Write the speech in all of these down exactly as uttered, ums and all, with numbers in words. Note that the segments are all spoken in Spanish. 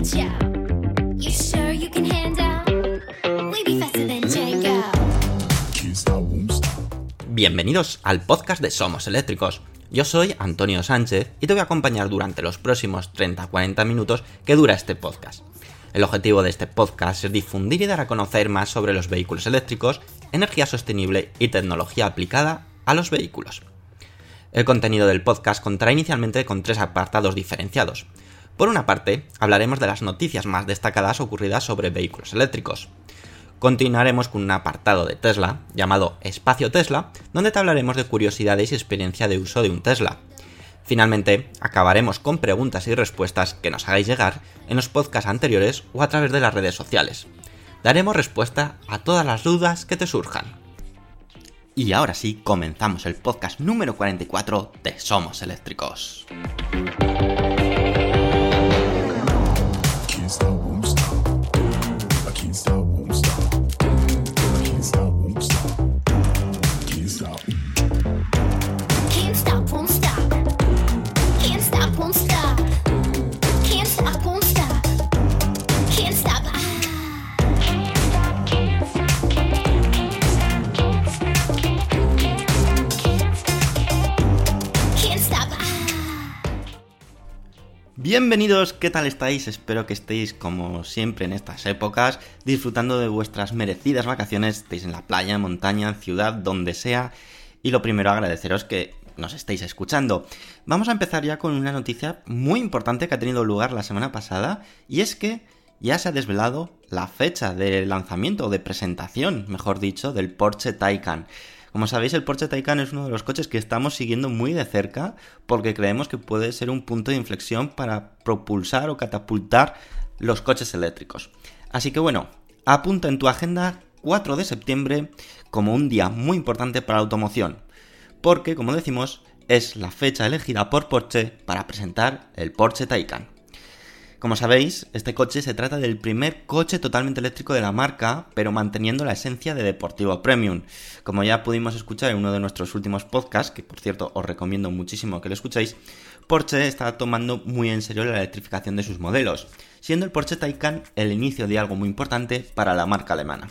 ya. You sure you can handle? We be faster than Django. Bienvenidos al podcast de Somos Eléctricos. Yo soy Antonio Sánchez y te voy a acompañar durante los próximos treinta a cuarenta minutos que dura este podcast. El objetivo de este podcast es difundir y dar a conocer más sobre los vehículos eléctricos, energía sostenible y tecnología aplicada a los vehículos. El contenido del podcast contará inicialmente con tres apartados diferenciados. Por una parte, hablaremos de las noticias más destacadas ocurridas sobre vehículos eléctricos. Continuaremos con un apartado de Tesla, llamado Espacio Tesla, donde te hablaremos de curiosidades y experiencia de uso de un Tesla. Finalmente, acabaremos con preguntas y respuestas que nos hagáis llegar en los podcasts anteriores o a través de las redes sociales. Daremos respuesta a todas las dudas que te surjan. Y ahora sí, comenzamos el podcast número cuarenta y cuatro de Somos Eléctricos. Bienvenidos, ¿qué tal estáis? Espero que estéis como siempre en estas épocas, disfrutando de vuestras merecidas vacaciones, estéis en la playa, montaña, ciudad, donde sea. Y lo primero, agradeceros que nos estéis escuchando. Vamos a empezar ya con una noticia muy importante que ha tenido lugar la semana pasada, y es que ya se ha desvelado la fecha de lanzamiento o de presentación, mejor dicho, del Porsche Taycan. Como sabéis, el Porsche Taycan es uno de los coches que estamos siguiendo muy de cerca porque creemos que puede ser un punto de inflexión para propulsar o catapultar los coches eléctricos. Así que bueno, apunta en tu agenda cuatro de septiembre como un día muy importante para la automoción, porque, como decimos, es la fecha elegida por Porsche para presentar el Porsche Taycan. Como sabéis, este coche se trata del primer coche totalmente eléctrico de la marca, pero manteniendo la esencia de deportivo premium. Como ya pudimos escuchar en uno de nuestros últimos podcasts, que por cierto os recomiendo muchísimo que lo escuchéis, Porsche está tomando muy en serio la electrificación de sus modelos, siendo el Porsche Taycan el inicio de algo muy importante para la marca alemana.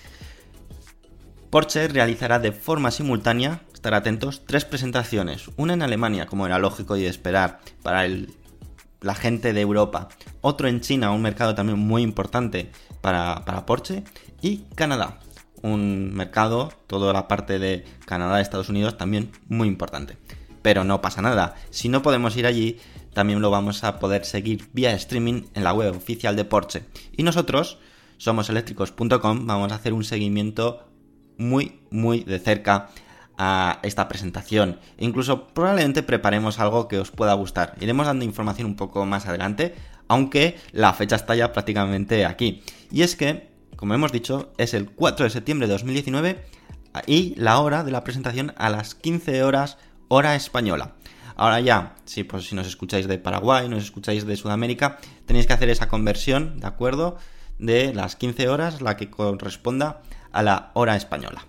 Porsche realizará de forma simultánea, estar atentos, tres presentaciones, una en Alemania, como era lógico y de esperar, para el la gente de Europa, otro en China, un mercado también muy importante para, para Porsche, y Canadá, un mercado, toda la parte de Canadá, Estados Unidos, también muy importante. Pero no pasa nada, si no podemos ir allí, también lo vamos a poder seguir vía streaming en la web oficial de Porsche. Y nosotros, somos eléctricos punto com, vamos a hacer un seguimiento muy, muy de cerca a esta presentación. Incluso probablemente preparemos algo que os pueda gustar. Iremos dando información un poco más adelante, aunque la fecha está ya prácticamente aquí. Y es que, como hemos dicho, es el cuatro de septiembre de dos mil diecinueve y la hora de la presentación a las quince horas hora española. Ahora ya, si, pues, si nos escucháis de Paraguay, nos escucháis de Sudamérica, tenéis que hacer esa conversión, ¿de acuerdo? De las quince horas, la que corresponda a la hora española.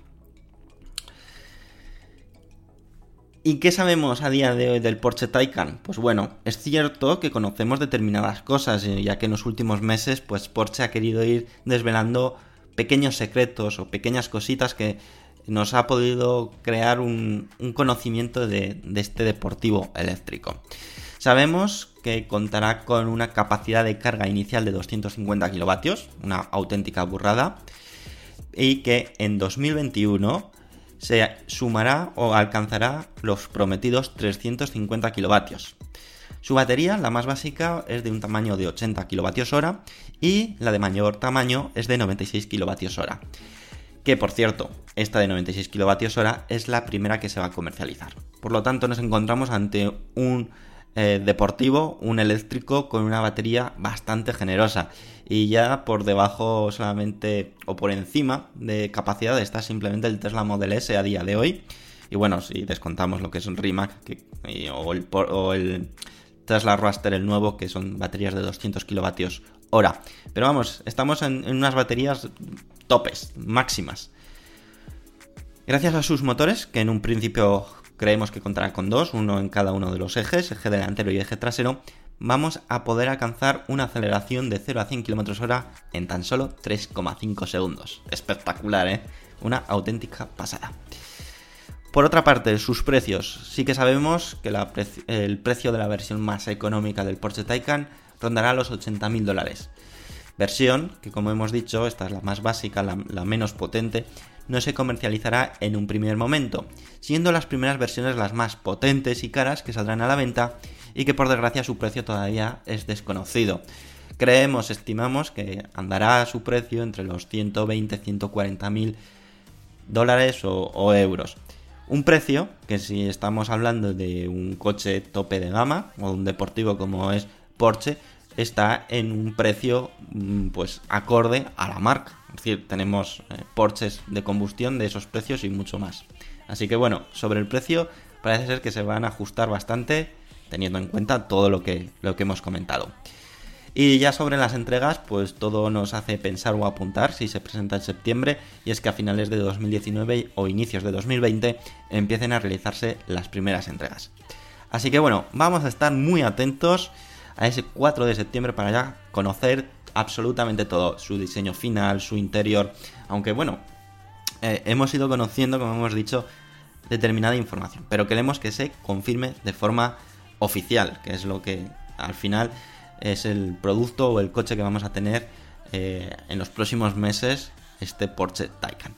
¿Y qué sabemos a día de hoy del Porsche Taycan? Pues bueno, es cierto que conocemos determinadas cosas, ya que en los últimos meses pues Porsche ha querido ir desvelando pequeños secretos o pequeñas cositas que nos ha podido crear un, un conocimiento de, de este deportivo eléctrico. Sabemos que contará con una capacidad de carga inicial de doscientos cincuenta kilovatios, una auténtica burrada, y que en dos mil veintiuno se sumará o alcanzará los prometidos trescientos cincuenta kilovatios. Su batería, la más básica, es de un tamaño de ochenta kilovatios hora y la de mayor tamaño es de noventa y seis kilovatios hora. Que, por cierto, esta de noventa y seis kilovatios hora es la primera que se va a comercializar. Por lo tanto, nos encontramos ante un eh, deportivo, un eléctrico con una batería bastante generosa. Y ya por debajo solamente o por encima de capacidad está simplemente el Tesla Model S a día de hoy. Y bueno, si descontamos lo que es un Rimac que, y, o, el, o el Tesla Roadster, el nuevo, que son baterías de doscientos kilovatios hora. Pero vamos, estamos en, en unas baterías topes, máximas. Gracias a sus motores, que en un principio creemos que contarán con dos, uno en cada uno de los ejes, eje delantero y eje trasero, vamos a poder alcanzar una aceleración de cero a cien kilómetros hora en tan solo tres coma cinco segundos. Espectacular, ¿eh? Una auténtica pasada. Por otra parte, sus precios. Sí que sabemos que la preci- el precio de la versión más económica del Porsche Taycan rondará los ochenta mil dólares. Versión que, como hemos dicho, esta es la más básica, la, la menos potente, no se comercializará en un primer momento, siendo las primeras versiones las más potentes y caras que saldrán a la venta y que por desgracia su precio todavía es desconocido. Creemos, estimamos que andará a su precio entre los ciento veinte a ciento cuarenta mil dólares o, o euros. Un precio que, si estamos hablando de un coche tope de gama o un deportivo como es Porsche, está en un precio pues acorde a la marca. Es decir, tenemos eh, Porsches de combustión de esos precios y mucho más. Así que bueno, sobre el precio parece ser que se van a ajustar bastante teniendo en cuenta todo lo que, lo que hemos comentado. Y ya sobre las entregas, pues todo nos hace pensar o apuntar si se presenta en septiembre, y es que a finales de dos mil diecinueve o inicios de dos mil veinte empiecen a realizarse las primeras entregas. Así que bueno, vamos a estar muy atentos a ese cuatro de septiembre para ya conocer absolutamente todo, su diseño final, su interior, aunque bueno, eh, hemos ido conociendo, como hemos dicho, determinada información, pero queremos que se confirme de forma oficial, que es lo que al final es el producto o el coche que vamos a tener eh, en los próximos meses, este Porsche Taycan.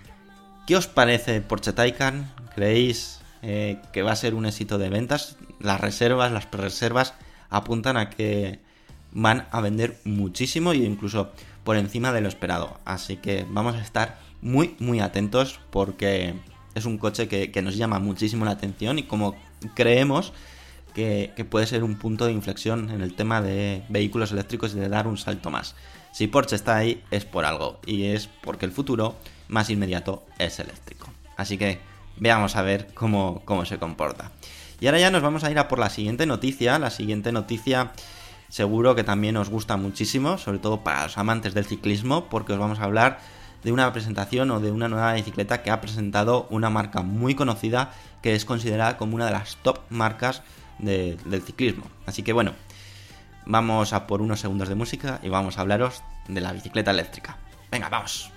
¿Qué os parece Porsche Taycan? ¿Creéis eh, que va a ser un éxito de ventas? Las reservas, las pre-reservas apuntan a que van a vender muchísimo e incluso por encima de lo esperado. Así que vamos a estar muy muy atentos porque es un coche que, que nos llama muchísimo la atención y como creemos que, que puede ser un punto de inflexión en el tema de vehículos eléctricos y de dar un salto más. Si Porsche está ahí es por algo y es porque el futuro más inmediato es eléctrico. Así que veamos a ver cómo, cómo se comporta. Y ahora ya nos vamos a ir a por la siguiente noticia. La siguiente noticia seguro que también os gusta muchísimo, sobre todo para los amantes del ciclismo, porque os vamos a hablar de una presentación o de una nueva bicicleta que ha presentado una marca muy conocida que es considerada como una de las top marcas de, del ciclismo. Así que bueno, vamos a por unos segundos de música y vamos a hablaros de la bicicleta eléctrica. Venga, vamos.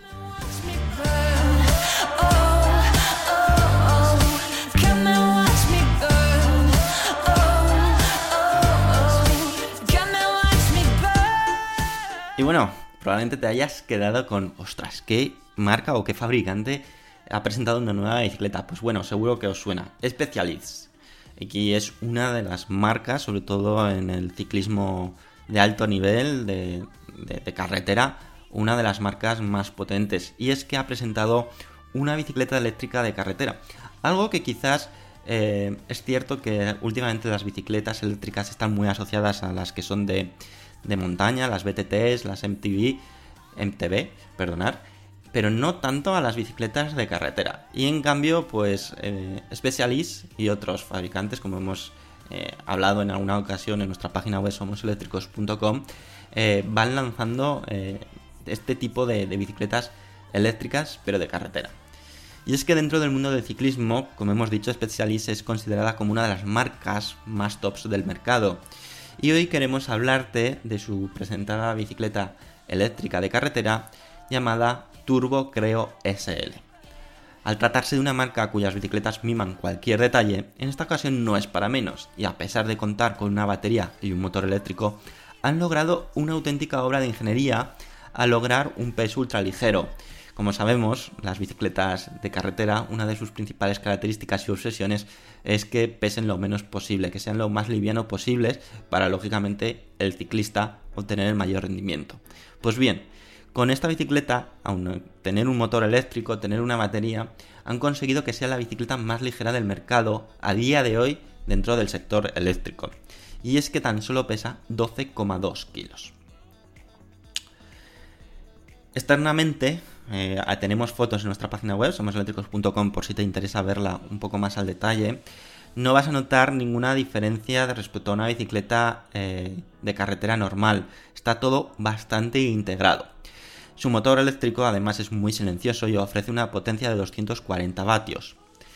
Y bueno, probablemente te hayas quedado con, ostras, ¿qué marca o qué fabricante ha presentado una nueva bicicleta? Pues bueno, seguro que os suena. Specialized. Aquí es una de las marcas, sobre todo en el ciclismo de alto nivel, de, de, de carretera, una de las marcas más potentes. Y es que ha presentado una bicicleta eléctrica de carretera. Algo que quizás eh, es cierto que últimamente las bicicletas eléctricas están muy asociadas a las que son de... de montaña, las B T Ts, las M T B, M T B, perdonar, pero no tanto a las bicicletas de carretera. Y en cambio, pues eh, Specialized y otros fabricantes, como hemos eh, hablado en alguna ocasión en nuestra página web somos eléctricos punto com, eh, van lanzando eh, este tipo de, de bicicletas eléctricas, pero de carretera. Y es que dentro del mundo del ciclismo, como hemos dicho, Specialized es considerada como una de las marcas más tops del mercado. Y hoy queremos hablarte de su presentada bicicleta eléctrica de carretera llamada Turbo Creo S L. Al tratarse de una marca cuyas bicicletas miman cualquier detalle, en esta ocasión no es para menos, y a pesar de contar con una batería y un motor eléctrico, han logrado una auténtica obra de ingeniería al lograr un peso ultraligero. Como sabemos, las bicicletas de carretera, una de sus principales características y obsesiones es que pesen lo menos posible, que sean lo más liviano posibles para, lógicamente, el ciclista obtener el mayor rendimiento. Pues bien, con esta bicicleta, aun tener un motor eléctrico, tener una batería, han conseguido que sea la bicicleta más ligera del mercado a día de hoy dentro del sector eléctrico. Y es que tan solo pesa doce coma dos kilos. Externamente, eh, tenemos fotos en nuestra página web, somos eléctricos punto com, por si te interesa verla un poco más al detalle. No vas a notar ninguna diferencia respecto a una bicicleta eh, de carretera normal. Está todo bastante integrado. Su motor eléctrico además es muy silencioso y ofrece una potencia de doscientos cuarenta vatios.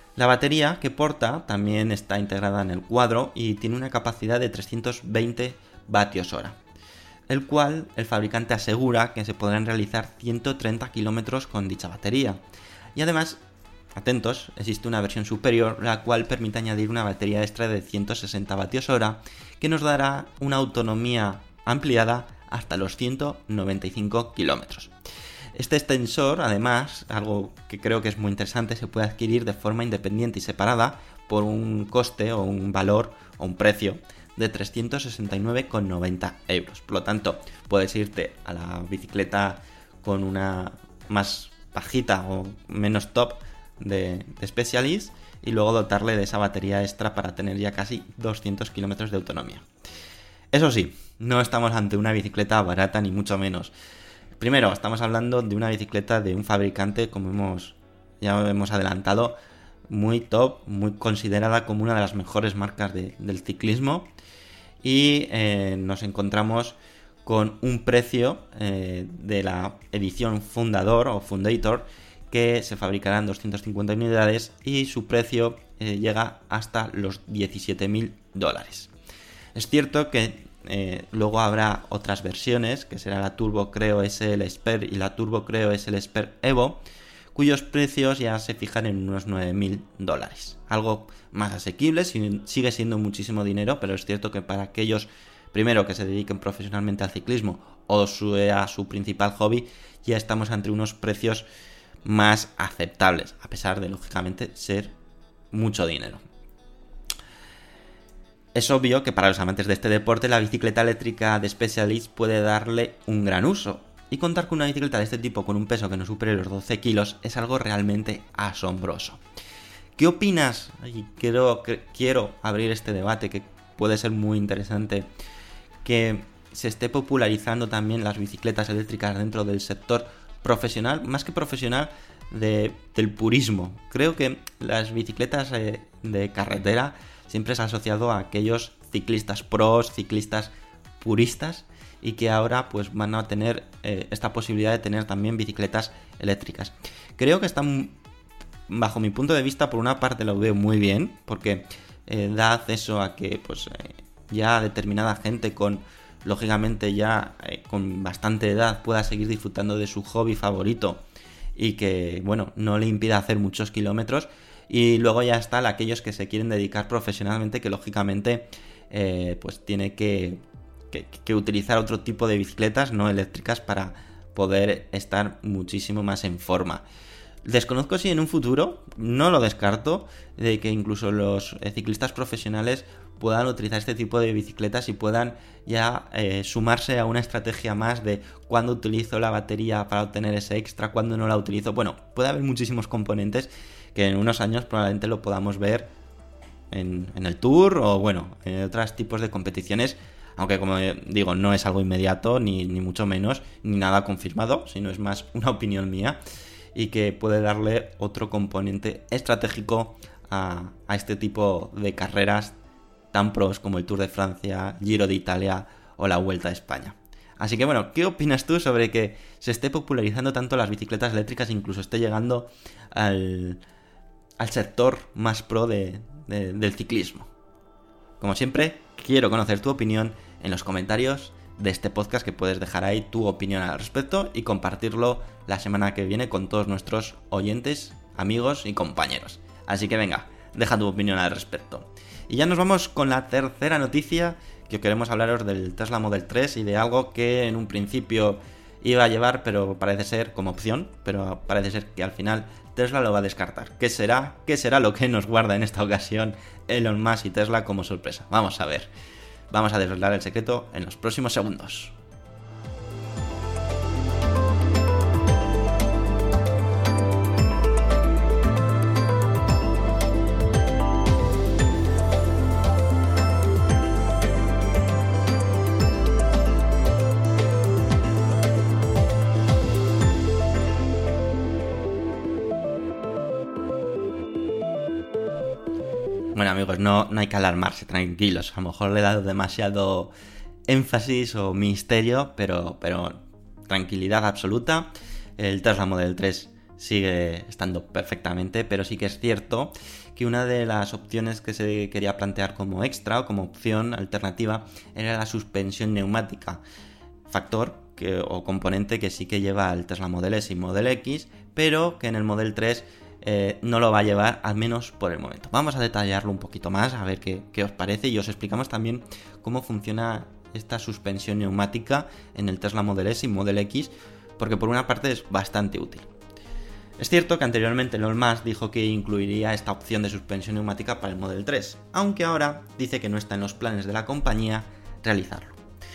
La batería que porta también está integrada en el cuadro y tiene una capacidad de trescientos veinte vatios hora, el cual el fabricante asegura que se podrán realizar ciento treinta kilómetros con dicha batería. Y además, atentos, existe una versión superior la cual permite añadir una batería extra de ciento sesenta vatios hora que nos dará una autonomía ampliada hasta los ciento noventa y cinco kilómetros. Este extensor, además, algo que creo que es muy interesante, se puede adquirir de forma independiente y separada por un coste o un valor o un precio de trescientos sesenta y nueve con noventa euros. Por lo tanto, puedes irte a la bicicleta con una más bajita o menos top de, de Specialized y luego dotarle de esa batería extra para tener ya casi doscientos kilómetros de autonomía. Eso sí, no estamos ante una bicicleta barata ni mucho menos. Primero, estamos hablando de una bicicleta de un fabricante, como hemos ya hemos adelantado, muy top, muy considerada como una de las mejores marcas de, del ciclismo. Y eh, nos encontramos con un precio eh, de la edición Fundador o Fundator que se fabricarán doscientas cincuenta unidades y su precio eh, llega hasta los diecisiete mil dólares. Es cierto que eh, luego habrá otras versiones, que será la Turbo Creo S L Spare y la Turbo Creo S L Spare Evo, cuyos precios ya se fijan en unos nueve mil dólares. Algo más asequible, sigue siendo muchísimo dinero, pero es cierto que para aquellos, primero, que se dediquen profesionalmente al ciclismo o sea su principal hobby, ya estamos ante unos precios más aceptables, a pesar de, lógicamente, ser mucho dinero. Es obvio que para los amantes de este deporte la bicicleta eléctrica de Specialized puede darle un gran uso. Y contar con una bicicleta de este tipo con un peso que no supere los doce kilos es algo realmente asombroso. ¿Qué opinas? Y quiero, quiero abrir este debate que puede ser muy interesante. Que se esté popularizando también las bicicletas eléctricas dentro del sector profesional, más que profesional, de, del purismo. Creo que las bicicletas eh, de carretera siempre se ha asociado a aquellos ciclistas pros, ciclistas puristas, y que ahora pues van a tener eh, esta posibilidad de tener también bicicletas eléctricas. Creo que están, bajo mi punto de vista, por una parte lo veo muy bien, porque eh, da acceso a que pues eh, ya determinada gente con, lógicamente ya eh, con bastante edad pueda seguir disfrutando de su hobby favorito y que, bueno, no le impida hacer muchos kilómetros. Y luego ya están aquellos que se quieren dedicar profesionalmente, que lógicamente eh, pues tiene que Que, que utilizar otro tipo de bicicletas no eléctricas para poder estar muchísimo más en forma. Desconozco si en un futuro, no lo descarto, de que incluso los ciclistas profesionales puedan utilizar este tipo de bicicletas y puedan ya eh, sumarse a una estrategia más de cuándo utilizo la batería para obtener ese extra, cuándo no la utilizo. Bueno, puede haber muchísimos componentes que en unos años probablemente lo podamos ver en, en el Tour o bueno, en otros tipos de competiciones. Aunque, como digo, no es algo inmediato, ni, ni mucho menos, ni nada confirmado, sino es más una opinión mía y que puede darle otro componente estratégico a, a este tipo de carreras tan pros como el Tour de Francia, Giro de Italia o la Vuelta a España. Así que bueno, ¿qué opinas tú sobre que se esté popularizando tanto las bicicletas eléctricas e incluso esté llegando al, al sector más pro de, de, del ciclismo? Como siempre, quiero conocer tu opinión en los comentarios de este podcast, que puedes dejar ahí tu opinión al respecto y compartirlo la semana que viene con todos nuestros oyentes, amigos y compañeros. Así que venga, deja tu opinión al respecto. Y ya nos vamos con la tercera noticia, que queremos hablaros del Tesla Model tres y de algo que en un principio iba a llevar, pero parece ser como opción, pero parece ser que al final Tesla lo va a descartar. ¿Qué será? ¿Qué será lo que nos guarda en esta ocasión Elon Musk y Tesla como sorpresa? Vamos a ver. Vamos a desvelar el secreto en los próximos segundos. Bueno, amigos, no, no hay que alarmarse, tranquilos. A lo mejor le he dado demasiado énfasis o misterio, pero, pero tranquilidad absoluta. El Tesla Model tres sigue estando perfectamente, pero sí que es cierto que una de las opciones que se quería plantear como extra o como opción alternativa era la suspensión neumática, factor que, o componente que sí que lleva el Tesla Model S y Model X, pero que en el Model tres eh, no lo va a llevar, al menos por el momento. Vamos a detallarlo un poquito más, a ver qué, qué os parece, y os explicamos también cómo funciona esta suspensión neumática en el Tesla Model S y Model X, porque por una parte es bastante útil. Es cierto que anteriormente Elon Musk dijo que incluiría esta opción de suspensión neumática para el Model tres, aunque ahora dice que no está en los planes de la compañía realizarlo.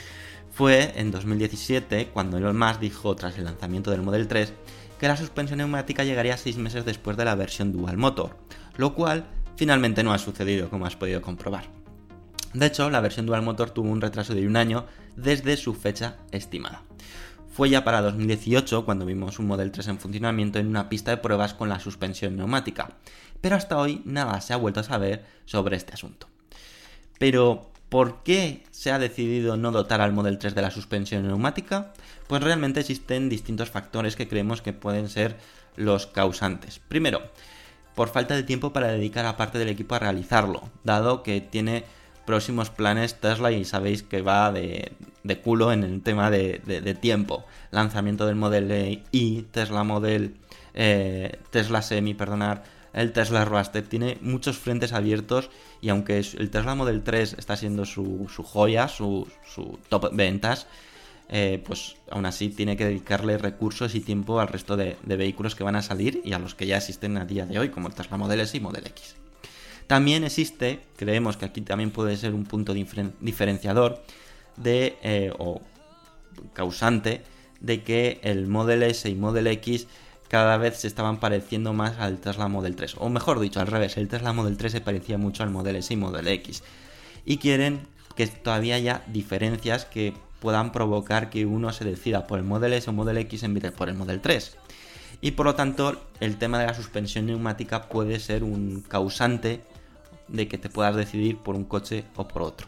Fue en dos mil diecisiete cuando Elon Musk dijo, tras el lanzamiento del Model tres, que la suspensión neumática llegaría seis meses después de la versión Dual Motor, lo cual finalmente no ha sucedido, como has podido comprobar. De hecho, la versión Dual Motor tuvo un retraso de un año desde su fecha estimada. Fue ya para dos mil dieciocho cuando vimos un Model tres en funcionamiento en una pista de pruebas con la suspensión neumática, pero hasta hoy nada se ha vuelto a saber sobre este asunto. Pero, ¿por qué se ha decidido no dotar al Model tres de la suspensión neumática? Pues realmente existen distintos factores que creemos que pueden ser los causantes. Primero, por falta de tiempo para dedicar a parte del equipo a realizarlo, dado que tiene próximos planes Tesla y sabéis que va de, de culo en el tema de, de, de tiempo. Lanzamiento del Model Y, Tesla Model, eh, Tesla Semi, perdonar, el Tesla Roadster, tiene muchos frentes abiertos, y aunque el Tesla Model tres está siendo su, su joya, su, su top ventas, eh, pues aún así tiene que dedicarle recursos y tiempo al resto de, de vehículos que van a salir y a los que ya existen a día de hoy, como el Tesla Model S y Model X. También existe, creemos que aquí también puede ser un punto diferen- diferenciador de, eh, o causante de que el Model S y Model X cada vez se estaban pareciendo más al Tesla Model tres, o mejor dicho, al revés, el Tesla Model tres se parecía mucho al Model S y Model X, y quieren que todavía haya diferencias que puedan provocar que uno se decida por el Model S o Model X en vez de por el Model tres. Y por lo tanto, el tema de la suspensión neumática puede ser un causante de que te puedas decidir por un coche o por otro.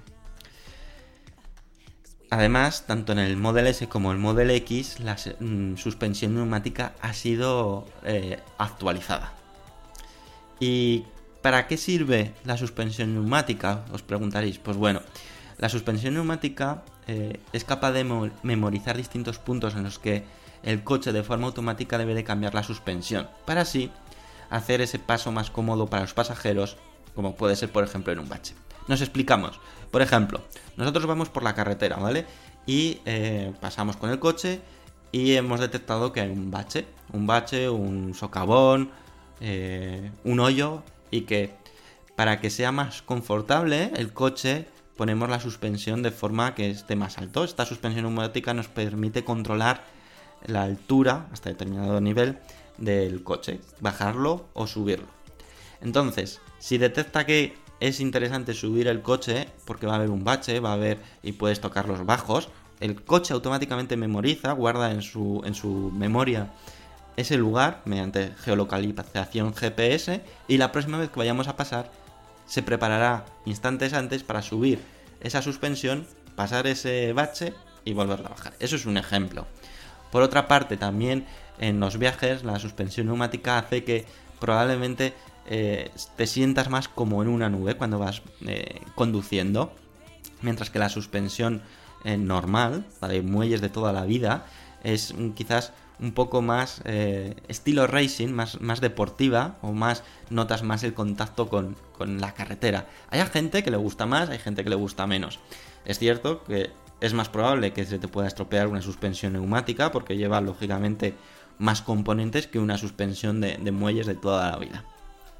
Además, tanto en el Model S como el Model X, la mm, suspensión neumática ha sido eh, actualizada. ¿Y para qué sirve la suspensión neumática? Os preguntaréis. Pues bueno, la suspensión neumática eh, es capaz de mo- memorizar distintos puntos en los que el coche de forma automática debe de cambiar la suspensión, para así hacer ese paso más cómodo para los pasajeros, como puede ser por ejemplo en un bache. Nos explicamos. Por ejemplo, nosotros vamos por la carretera, ¿vale? Y eh, pasamos con el coche y hemos detectado que hay un bache, un bache, un socavón, eh, un hoyo, y que para que sea más confortable el coche ponemos la suspensión de forma que esté más alto. Esta suspensión neumática nos permite controlar la altura hasta determinado nivel del coche, bajarlo o subirlo. Entonces, si detecta que es interesante subir el coche porque va a haber un bache, va a haber y puedes tocar los bajos, el coche automáticamente memoriza, guarda en su, en su memoria ese lugar mediante geolocalización G P S, y la próxima vez que vayamos a pasar se preparará instantes antes para subir esa suspensión, pasar ese bache y volverla a bajar. Eso es un ejemplo. Por otra parte, también en los viajes la suspensión neumática hace que probablemente eh, te sientas más como en una nube cuando vas eh, conduciendo, mientras que la suspensión eh, normal, la de muelles de toda la vida, es mm, quizás un poco más eh, estilo racing, más, más deportiva, o más notas más el contacto con, con la carretera. Hay gente que le gusta más, hay gente que le gusta menos. Es cierto que es más probable que se te pueda estropear una suspensión neumática porque lleva lógicamente más componentes que una suspensión de, de muelles de toda la vida.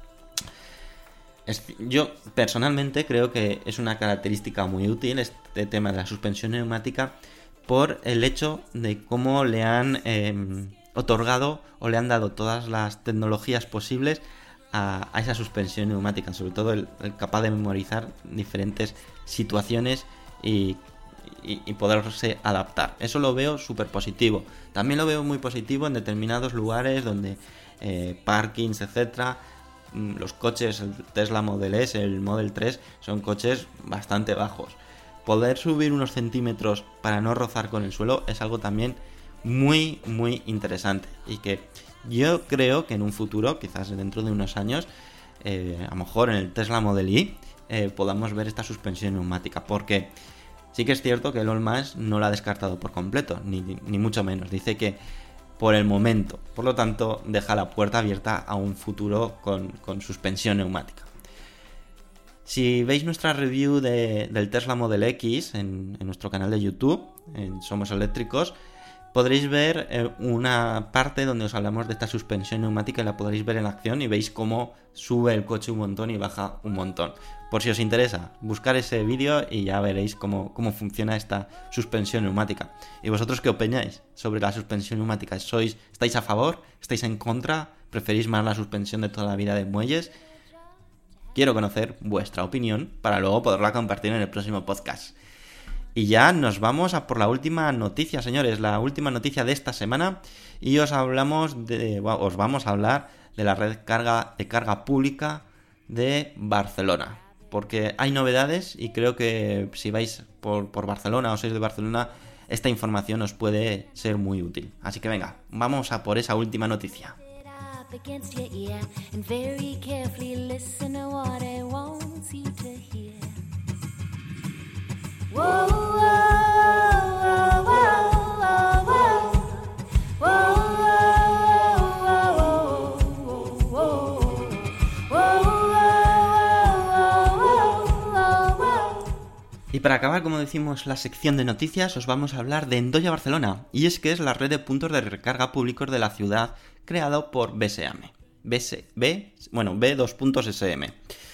Es, yo personalmente creo que es una característica muy útil este tema de la suspensión neumática, por el hecho de cómo le han eh, otorgado o le han dado todas las tecnologías posibles a, a esa suspensión neumática, sobre todo el, el capaz de memorizar diferentes situaciones y, y, y poderse adaptar. Eso lo veo súper positivo. También lo veo muy positivo en determinados lugares donde eh, parkings, etcétera. Los coches, el Tesla Model S, el Model tres, son coches bastante bajos. Poder subir unos centímetros para no rozar con el suelo es algo también muy muy interesante, y que Yo creo que en un futuro, quizás dentro de unos años, eh, a lo mejor en el Tesla Model Y, eh, podamos ver esta suspensión neumática, porque sí que es cierto que Elon Musk no la ha descartado por completo, ni, ni mucho menos. Dice que por el momento, por lo tanto, deja la puerta abierta a un futuro con, con suspensión neumática. Si veis nuestra review de, del Tesla Model X en, en nuestro canal de YouTube, en Somos Eléctricos, podréis ver eh, una parte donde os hablamos de esta suspensión neumática y la podréis ver en acción y veis cómo sube el coche un montón y baja un montón. Por si os interesa, buscar ese vídeo y ya veréis cómo, cómo funciona esta suspensión neumática. ¿Y vosotros qué opináis sobre la suspensión neumática? ¿Sois, ¿Estáis a favor? ¿Estáis en contra? ¿Preferís más la suspensión de toda la vida de muelles? Quiero conocer vuestra opinión para luego poderla compartir en el próximo podcast. Y ya nos vamos a por la última noticia, señores, la última noticia de esta semana, y os hablamos de, bueno, os vamos a hablar de la red carga, de carga pública de Barcelona, porque hay novedades y creo que si vais por, por Barcelona o sois de Barcelona, esta información os puede ser muy útil. Así que venga, vamos a por esa última noticia. Y para acabar, como decimos, la sección de noticias, os vamos a hablar de Endoya Barcelona, y es que es la red de puntos de recarga públicos de la ciudad creado por B S M. B, B, bueno, B dos puntos S M.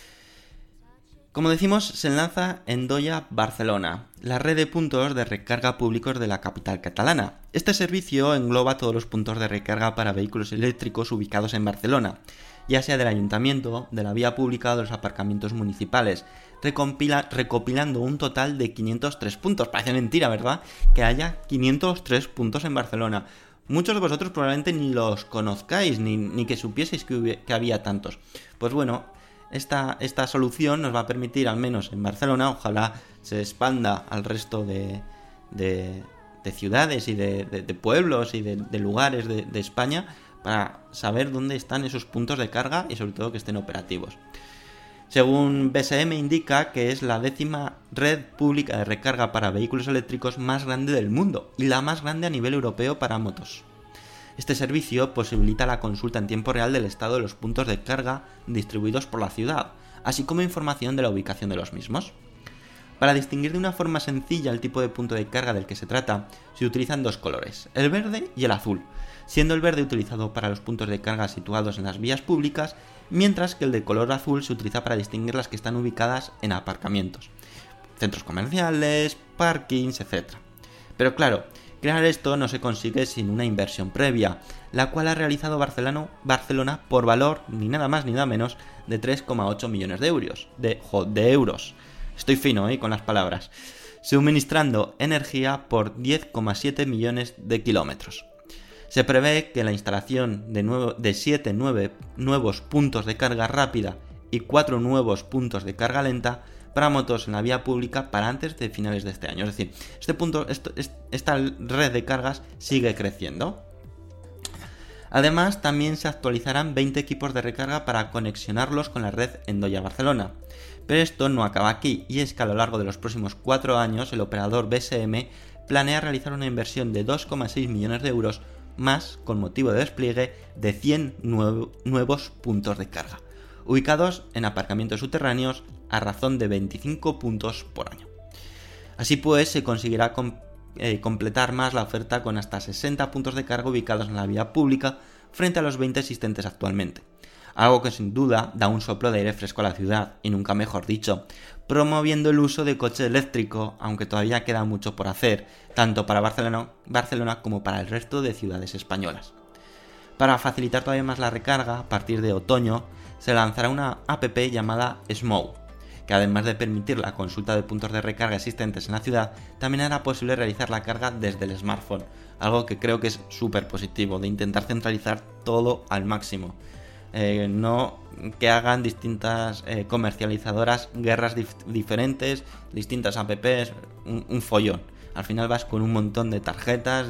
Como decimos, se lanza Endoya Barcelona, la red de puntos de recarga públicos de la capital catalana. Este servicio engloba todos los puntos de recarga para vehículos eléctricos ubicados en Barcelona, ya sea del ayuntamiento, de la vía pública o de los aparcamientos municipales, recompila, recopilando un total de quinientos tres puntos. Parece mentira, ¿verdad? Que haya quinientos tres puntos en Barcelona. Muchos de vosotros probablemente ni los conozcáis, ni, ni que supieseis que, hubi- que había tantos. Pues bueno, esta, esta solución nos va a permitir, al menos en Barcelona, ojalá se expanda al resto de, de, de ciudades y de, de, de pueblos y de, de lugares de, de España, para saber dónde están esos puntos de carga y sobre todo que estén operativos. Según B S M indica que es la décima red pública de recarga para vehículos eléctricos más grande del mundo y la más grande a nivel europeo para motos. Este servicio posibilita la consulta en tiempo real del estado de los puntos de carga distribuidos por la ciudad, así como información de la ubicación de los mismos. Para distinguir de una forma sencilla el tipo de punto de carga del que se trata, se utilizan dos colores, el verde y el azul, siendo el verde utilizado para los puntos de carga situados en las vías públicas, mientras que el de color azul se utiliza para distinguir las que están ubicadas en aparcamientos, centros comerciales, parkings, etcétera. Pero claro, crear esto no se consigue sin una inversión previa, la cual ha realizado Barcelona, Barcelona por valor, ni nada más ni nada menos, de tres coma ocho millones de euros. De, jo, de euros. Estoy fino, ¿eh? Con las palabras. Suministrando energía por diez coma siete millones de kilómetros. Se prevé que la instalación de, nuevo, de siete nuevos puntos de carga rápida y cuatro nuevos puntos de carga lenta para motos en la vía pública para antes de finales de este año. Es decir, este punto, esto, esta red de cargas sigue creciendo. Además, también se actualizarán veinte equipos de recarga para conexionarlos con la red Endoya Barcelona. Pero esto no acaba aquí, y es que a lo largo de los próximos cuatro años el operador B S M planea realizar una inversión de dos coma seis millones de euros más con motivo de despliegue de cien nuevo, nuevos puntos de carga, ubicados en aparcamientos subterráneos a razón de veinticinco puntos por año. Así pues, se conseguirá com- eh, completar más la oferta con hasta sesenta puntos de carga ubicados en la vía pública frente a los veinte existentes actualmente. Algo que sin duda da un soplo de aire fresco a la ciudad, y nunca mejor dicho, promoviendo el uso de coche eléctrico, aunque todavía queda mucho por hacer, tanto para Barcelona, Barcelona como para el resto de ciudades españolas. Para facilitar todavía más la recarga, a partir de otoño, se lanzará una app llamada Smow, que además de permitir la consulta de puntos de recarga existentes en la ciudad, también hará posible realizar la carga desde el smartphone, algo que creo que es súper positivo, de intentar centralizar todo al máximo. Eh, no que hagan distintas eh, comercializadoras guerras dif- diferentes, distintas apps, un, un follón. Al final vas con un montón de tarjetas,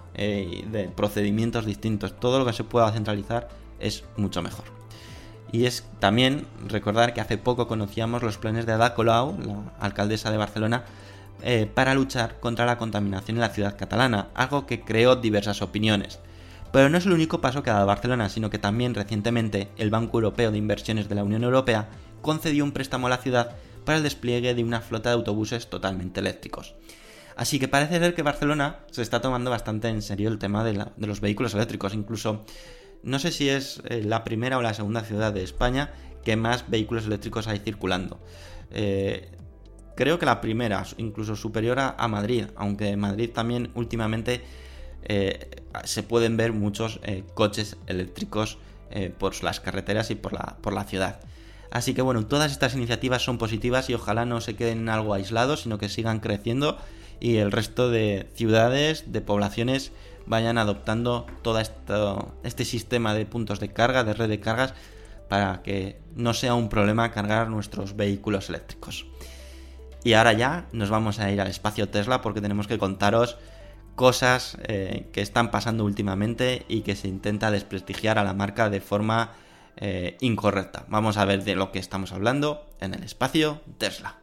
eh, de procedimientos distintos, todo lo que se pueda centralizar es mucho mejor. Y es también recordar que hace poco conocíamos los planes de Ada Colau, la alcaldesa de Barcelona, eh, para luchar contra la contaminación en la ciudad catalana, algo que creó diversas opiniones. Pero no es el único paso que ha dado Barcelona, sino que también recientemente el Banco Europeo de Inversiones de la Unión Europea concedió un préstamo a la ciudad para el despliegue de una flota de autobuses totalmente eléctricos. Así que parece ser que Barcelona se está tomando bastante en serio el tema de, la, de los vehículos eléctricos. Incluso, no sé si es la primera o la segunda ciudad de España que más vehículos eléctricos hay circulando. Eh, creo que la primera, incluso superior a, a Madrid, aunque en Madrid también últimamente eh, se pueden ver muchos eh, coches eléctricos eh, por las carreteras y por la, por la ciudad. Así que bueno, todas estas iniciativas son positivas y ojalá no se queden en algo aislado, sino que sigan creciendo y el resto de ciudades, de poblaciones, vayan adoptando todo esto, este sistema de puntos de carga, de red de cargas, para que no sea un problema cargar nuestros vehículos eléctricos. Y ahora ya nos vamos a ir al espacio Tesla porque tenemos que contaros cosas eh, que están pasando últimamente y que se intenta desprestigiar a la marca de forma eh, incorrecta. Vamos a ver de lo que estamos hablando en el espacio Tesla.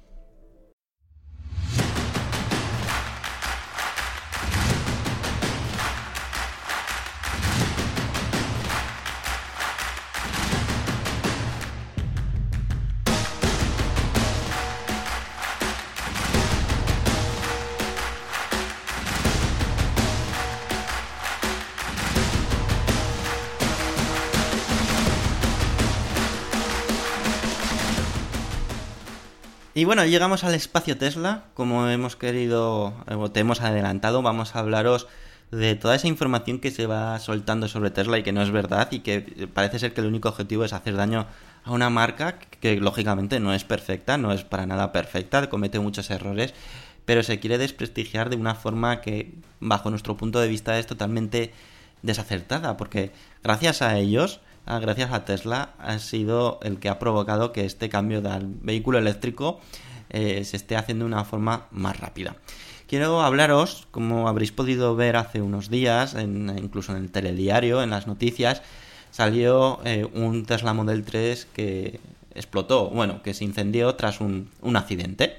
Y bueno, llegamos al espacio Tesla. Como hemos querido, o te hemos adelantado, vamos a hablaros de toda esa información que se va soltando sobre Tesla y que no es verdad y que parece ser que el único objetivo es hacer daño a una marca que lógicamente no es perfecta, no es para nada perfecta, comete muchos errores, pero se quiere desprestigiar de una forma que bajo nuestro punto de vista es totalmente desacertada, porque gracias a ellos, gracias a Tesla, ha sido el que ha provocado que este cambio del vehículo eléctrico eh, se esté haciendo de una forma más rápida. Quiero hablaros, como habréis podido ver hace unos días, en, incluso en el telediario, en las noticias, salió eh, un Tesla Model tres que explotó, bueno, que se incendió tras un, un accidente.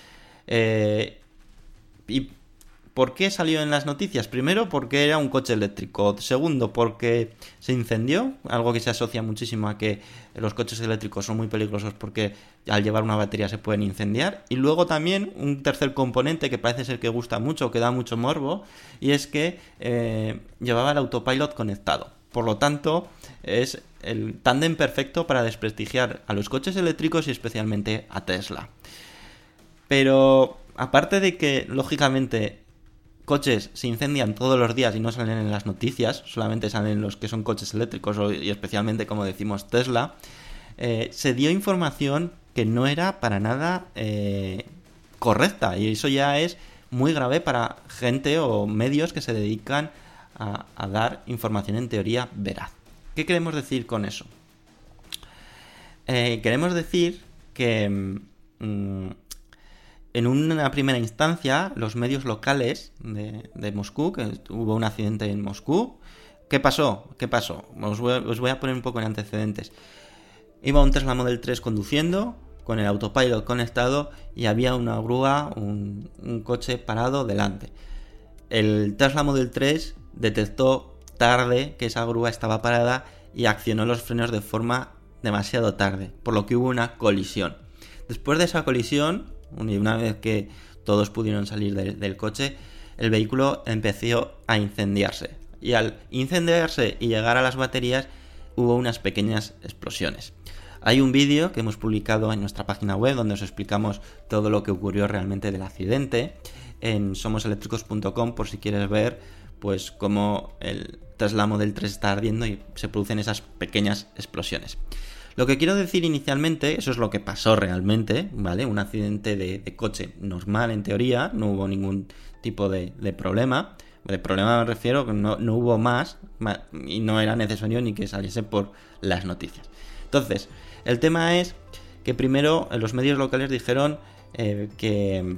Eh, y ¿Por qué salió en las noticias? Primero, porque era un coche eléctrico. Segundo, porque se incendió, algo que se asocia muchísimo a que los coches eléctricos son muy peligrosos porque al llevar una batería se pueden incendiar. Y luego también un tercer componente que parece ser que gusta mucho, que da mucho morbo, y es que eh, llevaba el autopilot conectado. Por lo tanto, es el tándem perfecto para desprestigiar a los coches eléctricos y especialmente a Tesla. Pero aparte de que, lógicamente, coches se incendian todos los días y no salen en las noticias, solamente salen los que son coches eléctricos y especialmente, como decimos, Tesla, eh, se dio información que no era para nada eh, correcta, y eso ya es muy grave para gente o medios que se dedican a, a dar información en teoría veraz. ¿Qué queremos decir con eso? Eh, queremos decir que mmm, en una primera instancia, los medios locales de, de Moscú, que hubo un accidente en Moscú. ¿Qué pasó? ¿Qué pasó? Os voy, os voy a poner un poco en antecedentes. Iba un Tesla Model tres conduciendo, con el autopilot conectado, y había una grúa, un, un coche parado delante. El Tesla Model tres detectó tarde que esa grúa estaba parada y accionó los frenos de forma demasiado tarde, por lo que hubo una colisión. Después de esa colisión, y una vez que todos pudieron salir de, del coche, el vehículo empezó a incendiarse. Y al incendiarse y llegar a las baterías, hubo unas pequeñas explosiones. Hay un vídeo que hemos publicado en nuestra página web donde os explicamos todo lo que ocurrió realmente del accidente, en somos eléctricos punto com, por si quieres ver pues cómo el Tesla Model tres está ardiendo y se producen esas pequeñas explosiones. Lo que quiero decir inicialmente, eso es lo que pasó realmente, ¿vale? Un accidente de, de coche normal en teoría, no hubo ningún tipo de, de problema. De problema me refiero que no, no hubo más, más y no era necesario ni que saliese por las noticias. Entonces, el tema es que primero los medios locales dijeron eh, que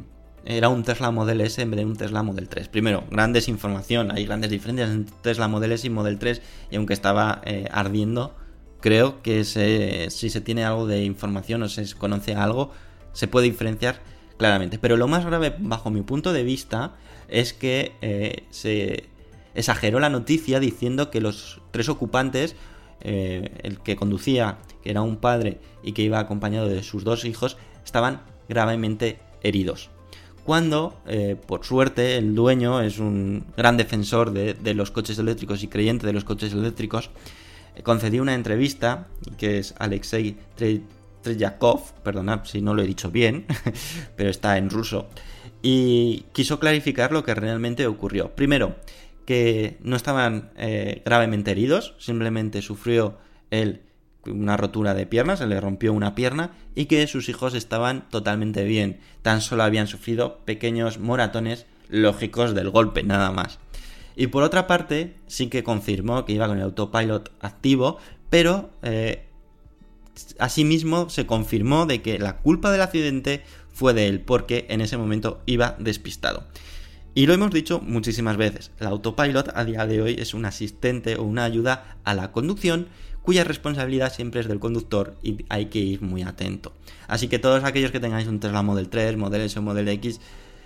era un Tesla Model S en vez de un Tesla Model tres. Primero, gran desinformación, hay grandes diferencias entre Tesla Model S y Model tres, y aunque estaba eh, ardiendo, creo que se, si se tiene algo de información o se conoce algo, se puede diferenciar claramente. Pero lo más grave, bajo mi punto de vista, es que eh, se exageró la noticia diciendo que los tres ocupantes, eh, el que conducía, que era un padre y que iba acompañado de sus dos hijos, estaban gravemente heridos. Cuando, eh, por suerte, el dueño es un gran defensor de, de los coches eléctricos y creyente de los coches eléctricos, eh, concedió una entrevista, que es Alexei Treyakov, perdonad si no lo he dicho bien, pero está en ruso, y quiso clarificar lo que realmente ocurrió. Primero, que no estaban eh, gravemente heridos, simplemente sufrió él una rotura de pierna, se le rompió una pierna, y que sus hijos estaban totalmente bien, tan solo habían sufrido pequeños moratones lógicos del golpe, nada más. Y por otra parte, sí que confirmó que iba con el autopilot activo, pero eh, asimismo se confirmó de que la culpa del accidente fue de él, porque en ese momento iba despistado. Y lo hemos dicho muchísimas veces, el autopilot a día de hoy es un asistente o una ayuda a la conducción, cuya responsabilidad siempre es del conductor y hay que ir muy atento. Así que todos aquellos que tengáis un Tesla Model tres, Model S o Model X,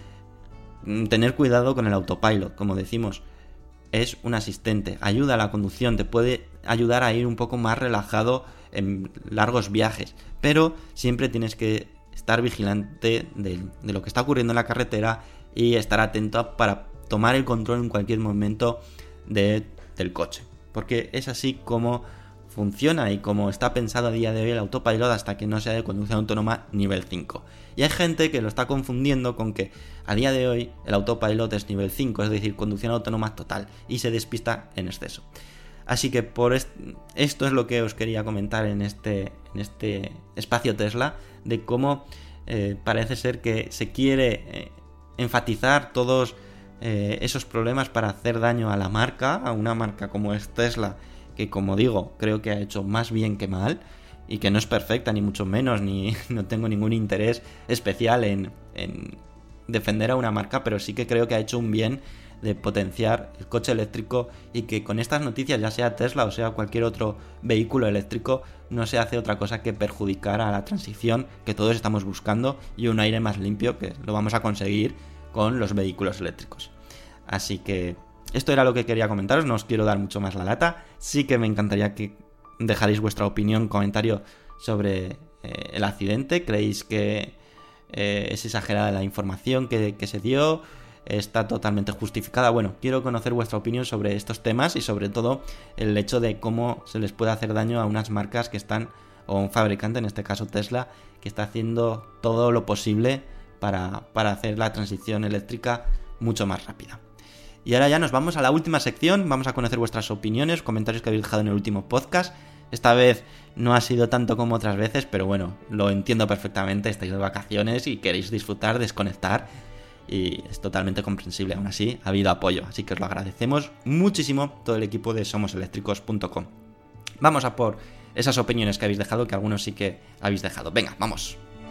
tener cuidado con el autopilot, como decimos, es un asistente, ayuda a la conducción, te puede ayudar a ir un poco más relajado en largos viajes, pero siempre tienes que estar vigilante de, de lo que está ocurriendo en la carretera y estar atento para tomar el control en cualquier momento de, del coche, porque es así como funciona y como está pensado a día de hoy el autopilot hasta que no sea de conducción autónoma nivel cinco. Y hay gente que lo está confundiendo con que a día de hoy el autopilot es nivel cinco, es decir, conducción autónoma total, y se despista en exceso. Así que por est- esto es lo que os quería comentar en este, en este espacio Tesla, de cómo eh, parece ser que se quiere eh, enfatizar todos eh, esos problemas para hacer daño a la marca, a una marca como es Tesla, que como digo, creo que ha hecho más bien que mal, y que no es perfecta, ni mucho menos, ni no tengo ningún interés especial en, en defender a una marca, pero sí que creo que ha hecho un bien de potenciar el coche eléctrico, y que con estas noticias, ya sea Tesla o sea cualquier otro vehículo eléctrico, no se hace otra cosa que perjudicar a la transición que todos estamos buscando y un aire más limpio, que lo vamos a conseguir con los vehículos eléctricos. Así que esto era lo que quería comentaros, no os quiero dar mucho más la lata. Sí que me encantaría que dejarais vuestra opinión, comentario sobre eh, el accidente. ¿Creéis que eh, es exagerada la información que, que se dio? ¿Está totalmente justificada? Bueno, quiero conocer vuestra opinión sobre estos temas y sobre todo el hecho de cómo se les puede hacer daño a unas marcas que están, o un fabricante, en este caso Tesla, que está haciendo todo lo posible para, para hacer la transición eléctrica mucho más rápida. Y ahora ya nos vamos a la última sección, vamos a conocer vuestras opiniones, comentarios que habéis dejado en el último podcast. Esta vez no ha sido tanto como otras veces, pero bueno, lo entiendo perfectamente, estáis de vacaciones y queréis disfrutar, desconectar, y es totalmente comprensible. Aún así, ha habido apoyo, así que os lo agradecemos muchísimo todo el equipo de somos eléctricos punto com. Vamos a por esas opiniones que habéis dejado, que algunos sí que habéis dejado. Venga, vamos.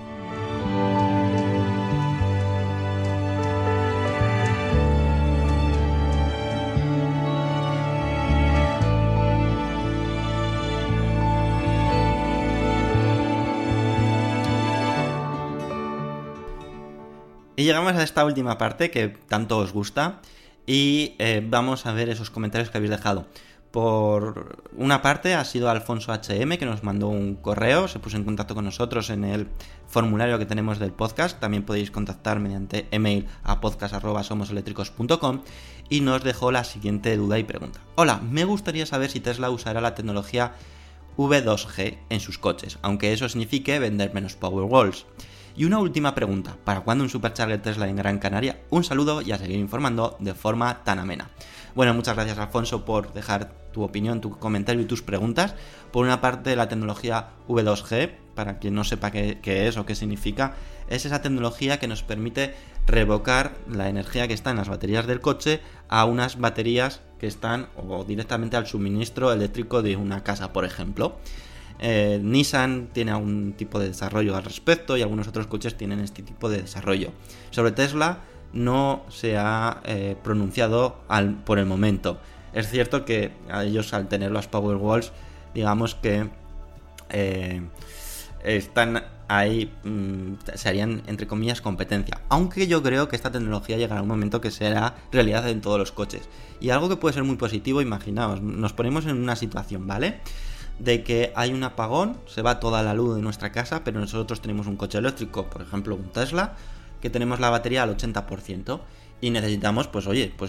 Y llegamos a esta última parte que tanto os gusta, y eh, vamos a ver esos comentarios que habéis dejado. Por una parte ha sido Alfonso H M, que nos mandó un correo, se puso en contacto con nosotros en el formulario que tenemos del podcast. También podéis contactar mediante email a podcast arroba somos eléctricos punto com, y nos dejó la siguiente duda y pregunta. Hola, me gustaría saber si Tesla usará la tecnología V dos G en sus coches, aunque eso signifique vender menos Powerwalls. Y una última pregunta, ¿para cuándo un Supercharger Tesla en Gran Canaria? Un saludo y a seguir informando de forma tan amena. Bueno, muchas gracias, Alfonso, por dejar tu opinión, tu comentario y tus preguntas. Por una parte, la tecnología V dos G, para quien no sepa qué, qué es o qué significa, es esa tecnología que nos permite revocar la energía que está en las baterías del coche a unas baterías que están o directamente al suministro eléctrico de una casa, por ejemplo. Eh, Nissan tiene algún tipo de desarrollo al respecto y algunos otros coches tienen este tipo de desarrollo. Sobre Tesla no se ha eh, pronunciado al, por el momento. Es cierto que a ellos, al tener las Powerwalls, digamos que eh, están ahí, mmm, se harían entre comillas competencia, aunque yo creo que esta tecnología llegará a un momento que será realidad en todos los coches. Y algo que puede ser muy positivo, imaginaos, nos ponemos en una situación, ¿vale?, de que hay un apagón, se va toda la luz de nuestra casa, pero nosotros tenemos un coche eléctrico, por ejemplo un Tesla, que tenemos la batería al ochenta por ciento y necesitamos, pues oye, pues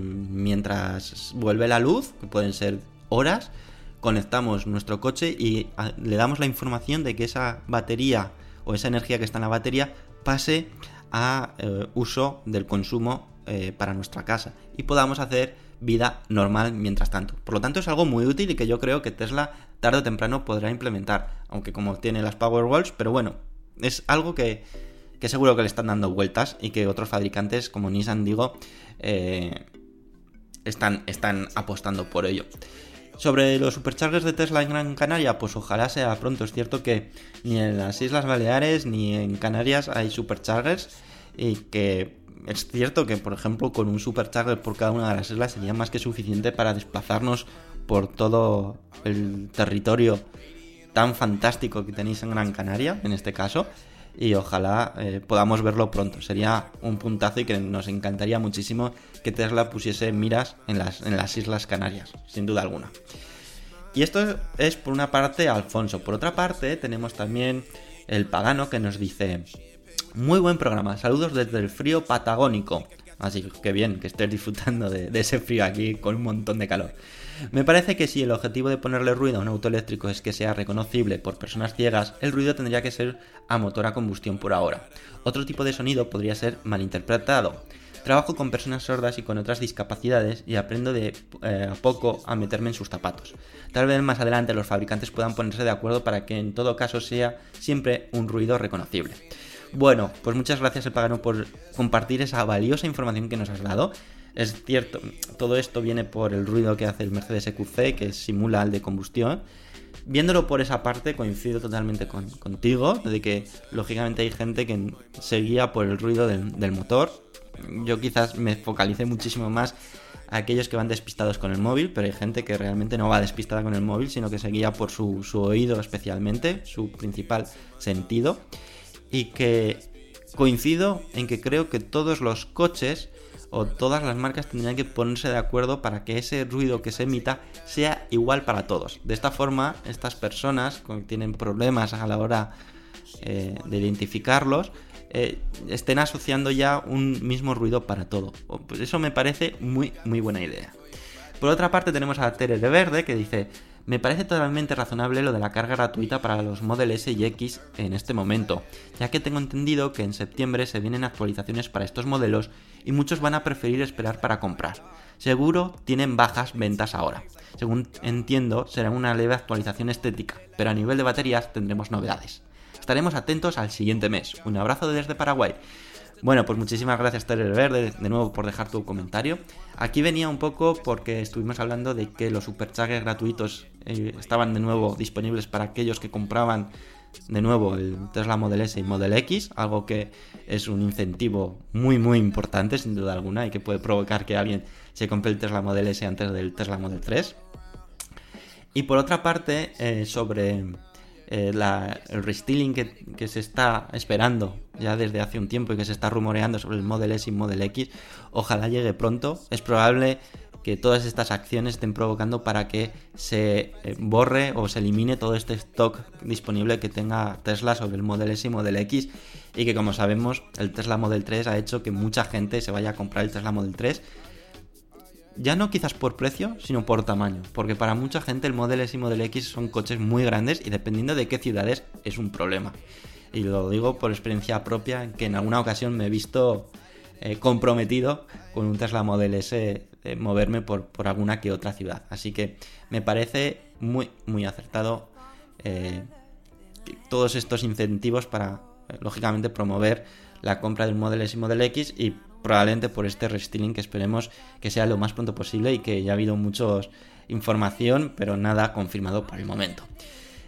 mientras vuelve la luz, que pueden ser horas, conectamos nuestro coche y le damos la información de que esa batería o esa energía que está en la batería pase a eh, uso del consumo eh, para nuestra casa y podamos hacer vida normal mientras tanto. Por lo tanto, es algo muy útil y que yo creo que Tesla tarde o temprano podrá implementar, aunque como tiene las Powerwalls, pero bueno, es algo que, que seguro que le están dando vueltas y que otros fabricantes como Nissan, digo, eh, están, están apostando por ello. Sobre los superchargers de Tesla en Gran Canaria, pues ojalá sea pronto. Es cierto que ni en las Islas Baleares ni en Canarias hay superchargers y que es cierto que, por ejemplo, con un supercharger por cada una de las islas sería más que suficiente para desplazarnos por todo el territorio tan fantástico que tenéis en Gran Canaria, en este caso, y ojalá eh, podamos verlo pronto. Sería un puntazo y que nos encantaría muchísimo que Tesla pusiese miras en las, en las Islas Canarias, sin duda alguna. Y esto es por una parte Alfonso. Por otra parte tenemos también el Pagano, que nos dice: muy buen programa, saludos desde el frío patagónico. Así que bien, que estés disfrutando de, de ese frío aquí con un montón de calor. Me parece que si el objetivo de ponerle ruido a un auto eléctrico es que sea reconocible por personas ciegas, el ruido tendría que ser a motor a combustión por ahora. Otro tipo de sonido podría ser malinterpretado. Trabajo con personas sordas y con otras discapacidades y aprendo de eh, a poco a meterme en sus zapatos. Tal vez más adelante los fabricantes puedan ponerse de acuerdo para que en todo caso sea siempre un ruido reconocible. Bueno, pues muchas gracias, El Pagano, por compartir esa valiosa información que nos has dado. Es cierto, todo esto viene por el ruido que hace el Mercedes E Q C, que simula el de combustión. Viéndolo por esa parte, coincido totalmente con, contigo, de que lógicamente hay gente que se guía por el ruido del, del motor. Yo quizás me focalicé muchísimo más a aquellos que van despistados con el móvil, pero hay gente que realmente no va despistada con el móvil, sino que se guía por su, su oído especialmente, su principal sentido. Y que coincido en que creo que todos los coches o todas las marcas tendrían que ponerse de acuerdo para que ese ruido que se emita sea igual para todos. De esta forma, estas personas que tienen problemas a la hora eh, de identificarlos eh, estén asociando ya un mismo ruido para todo. Pues eso me parece muy, muy buena idea. Por otra parte tenemos a Tere de Verde, que dice: me parece totalmente razonable lo de la carga gratuita para los Model S y X en este momento, ya que tengo entendido que en septiembre se vienen actualizaciones para estos modelos y muchos van a preferir esperar para comprar. Seguro tienen bajas ventas ahora. Según entiendo, será una leve actualización estética, pero a nivel de baterías tendremos novedades. Estaremos atentos al siguiente mes. Un abrazo desde Paraguay. Bueno, pues muchísimas gracias, Tere Verde, de nuevo por dejar tu comentario. Aquí venía un poco porque estuvimos hablando de que los superchargers gratuitos eh, estaban de nuevo disponibles para aquellos que compraban de nuevo el Tesla Model S y Model X, algo que es un incentivo muy muy importante sin duda alguna y que puede provocar que alguien se compre el Tesla Model S antes del Tesla Model tres. Y por otra parte, eh, sobre eh, la, el restyling que, que se está esperando ya desde hace un tiempo y que se está rumoreando sobre el Model S y Model X, ojalá llegue pronto. Es probable que todas estas acciones estén provocando para que se eh, borre o se elimine todo este stock disponible que tenga Tesla sobre el Model S y Model X, y que, como sabemos, el Tesla Model tres ha hecho que mucha gente se vaya a comprar el Tesla Model tres, ya no quizás por precio, sino por tamaño, porque para mucha gente el Model S y Model X son coches muy grandes y dependiendo de qué ciudades es un problema. Y lo digo por experiencia propia, que en alguna ocasión me he visto eh, comprometido con un Tesla Model S eh, moverme por, por alguna que otra ciudad. Así que me parece muy, muy acertado eh, todos estos incentivos para, eh, lógicamente, promover la compra del Model S y Model X, y probablemente por este restyling que esperemos que sea lo más pronto posible, y que ya ha habido mucha información, pero nada confirmado por el momento.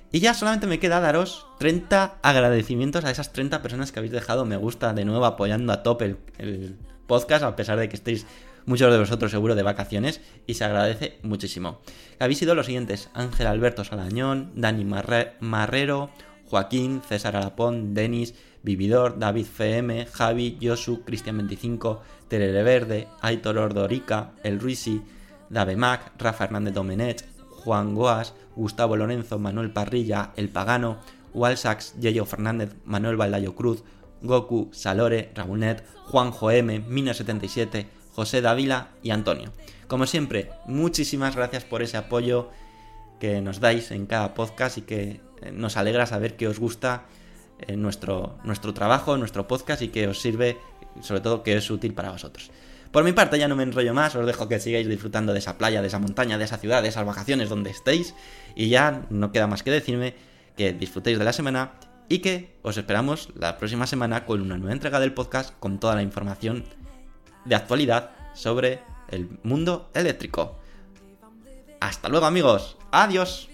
Y ya solamente me queda daros treinta agradecimientos a esas treinta personas que habéis dejado me gusta de nuevo apoyando a tope el, el podcast, a pesar de que estéis muchos de vosotros seguro de vacaciones, y se agradece muchísimo. Habéis sido los siguientes: Ángel Alberto Salañón, Dani Marre- Marrero, Joaquín, César Alapón, Denis, Vividor, David F M, Javi, Josu, Cristian veinticinco, Terere Verde, Aitor Ordorica, El Ruisi, Dave Mac, Rafa Hernández Domenech, Juan Goas, Gustavo Lorenzo, Manuel Parrilla, El Pagano, Walsax, Yeyo Fernández, Manuel Baldayo Cruz, Goku, Salore, Rabunet, Juanjo M, Mina setenta y siete, José Dávila y Antonio. Como siempre, muchísimas gracias por ese apoyo que nos dais en cada podcast y que nos alegra saber que os gusta nuestro, nuestro trabajo, nuestro podcast, y que os sirve, sobre todo que es útil para vosotros. Por mi parte ya no me enrollo más, os dejo que sigáis disfrutando de esa playa, de esa montaña, de esa ciudad, de esas vacaciones donde estéis, y ya no queda más que decirme que disfrutéis de la semana y que os esperamos la próxima semana con una nueva entrega del podcast con toda la información de actualidad sobre el mundo eléctrico. Hasta luego, amigos. Adiós.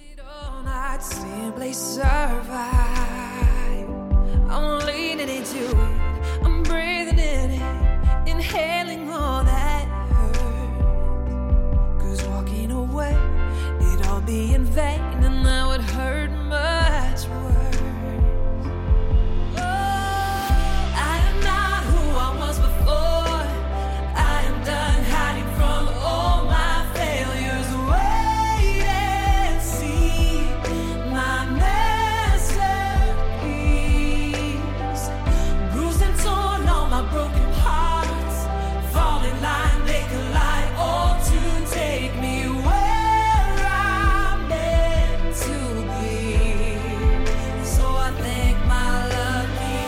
Inhaling all that hurt, 'cause walking away, it'd all be in vain, and that would hurt much worse. Oh, I am not who I was before. I am done hiding from all my failures. Wait and see my masterpiece. Bruised and torn on my broken heart. Fall in line, they collide, all to take me where I'm meant to be. So I thank my lucky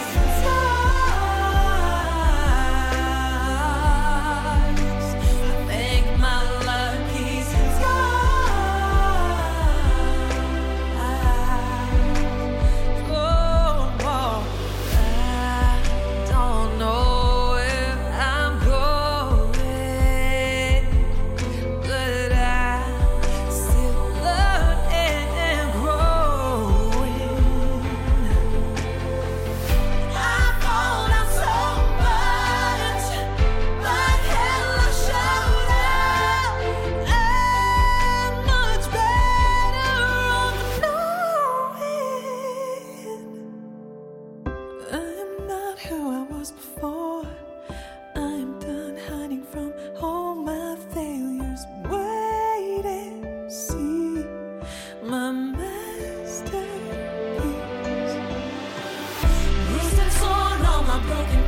stars. I thank my lucky stars. Oh, oh, I don't know where I'm going, but I still learn and growing. I fall down so much, but hell I showed up. I'm much better off knowing I'm not who I was before. I'm done hiding from all my failures. Wait and see my masterpiece. Bruised and torn on my broken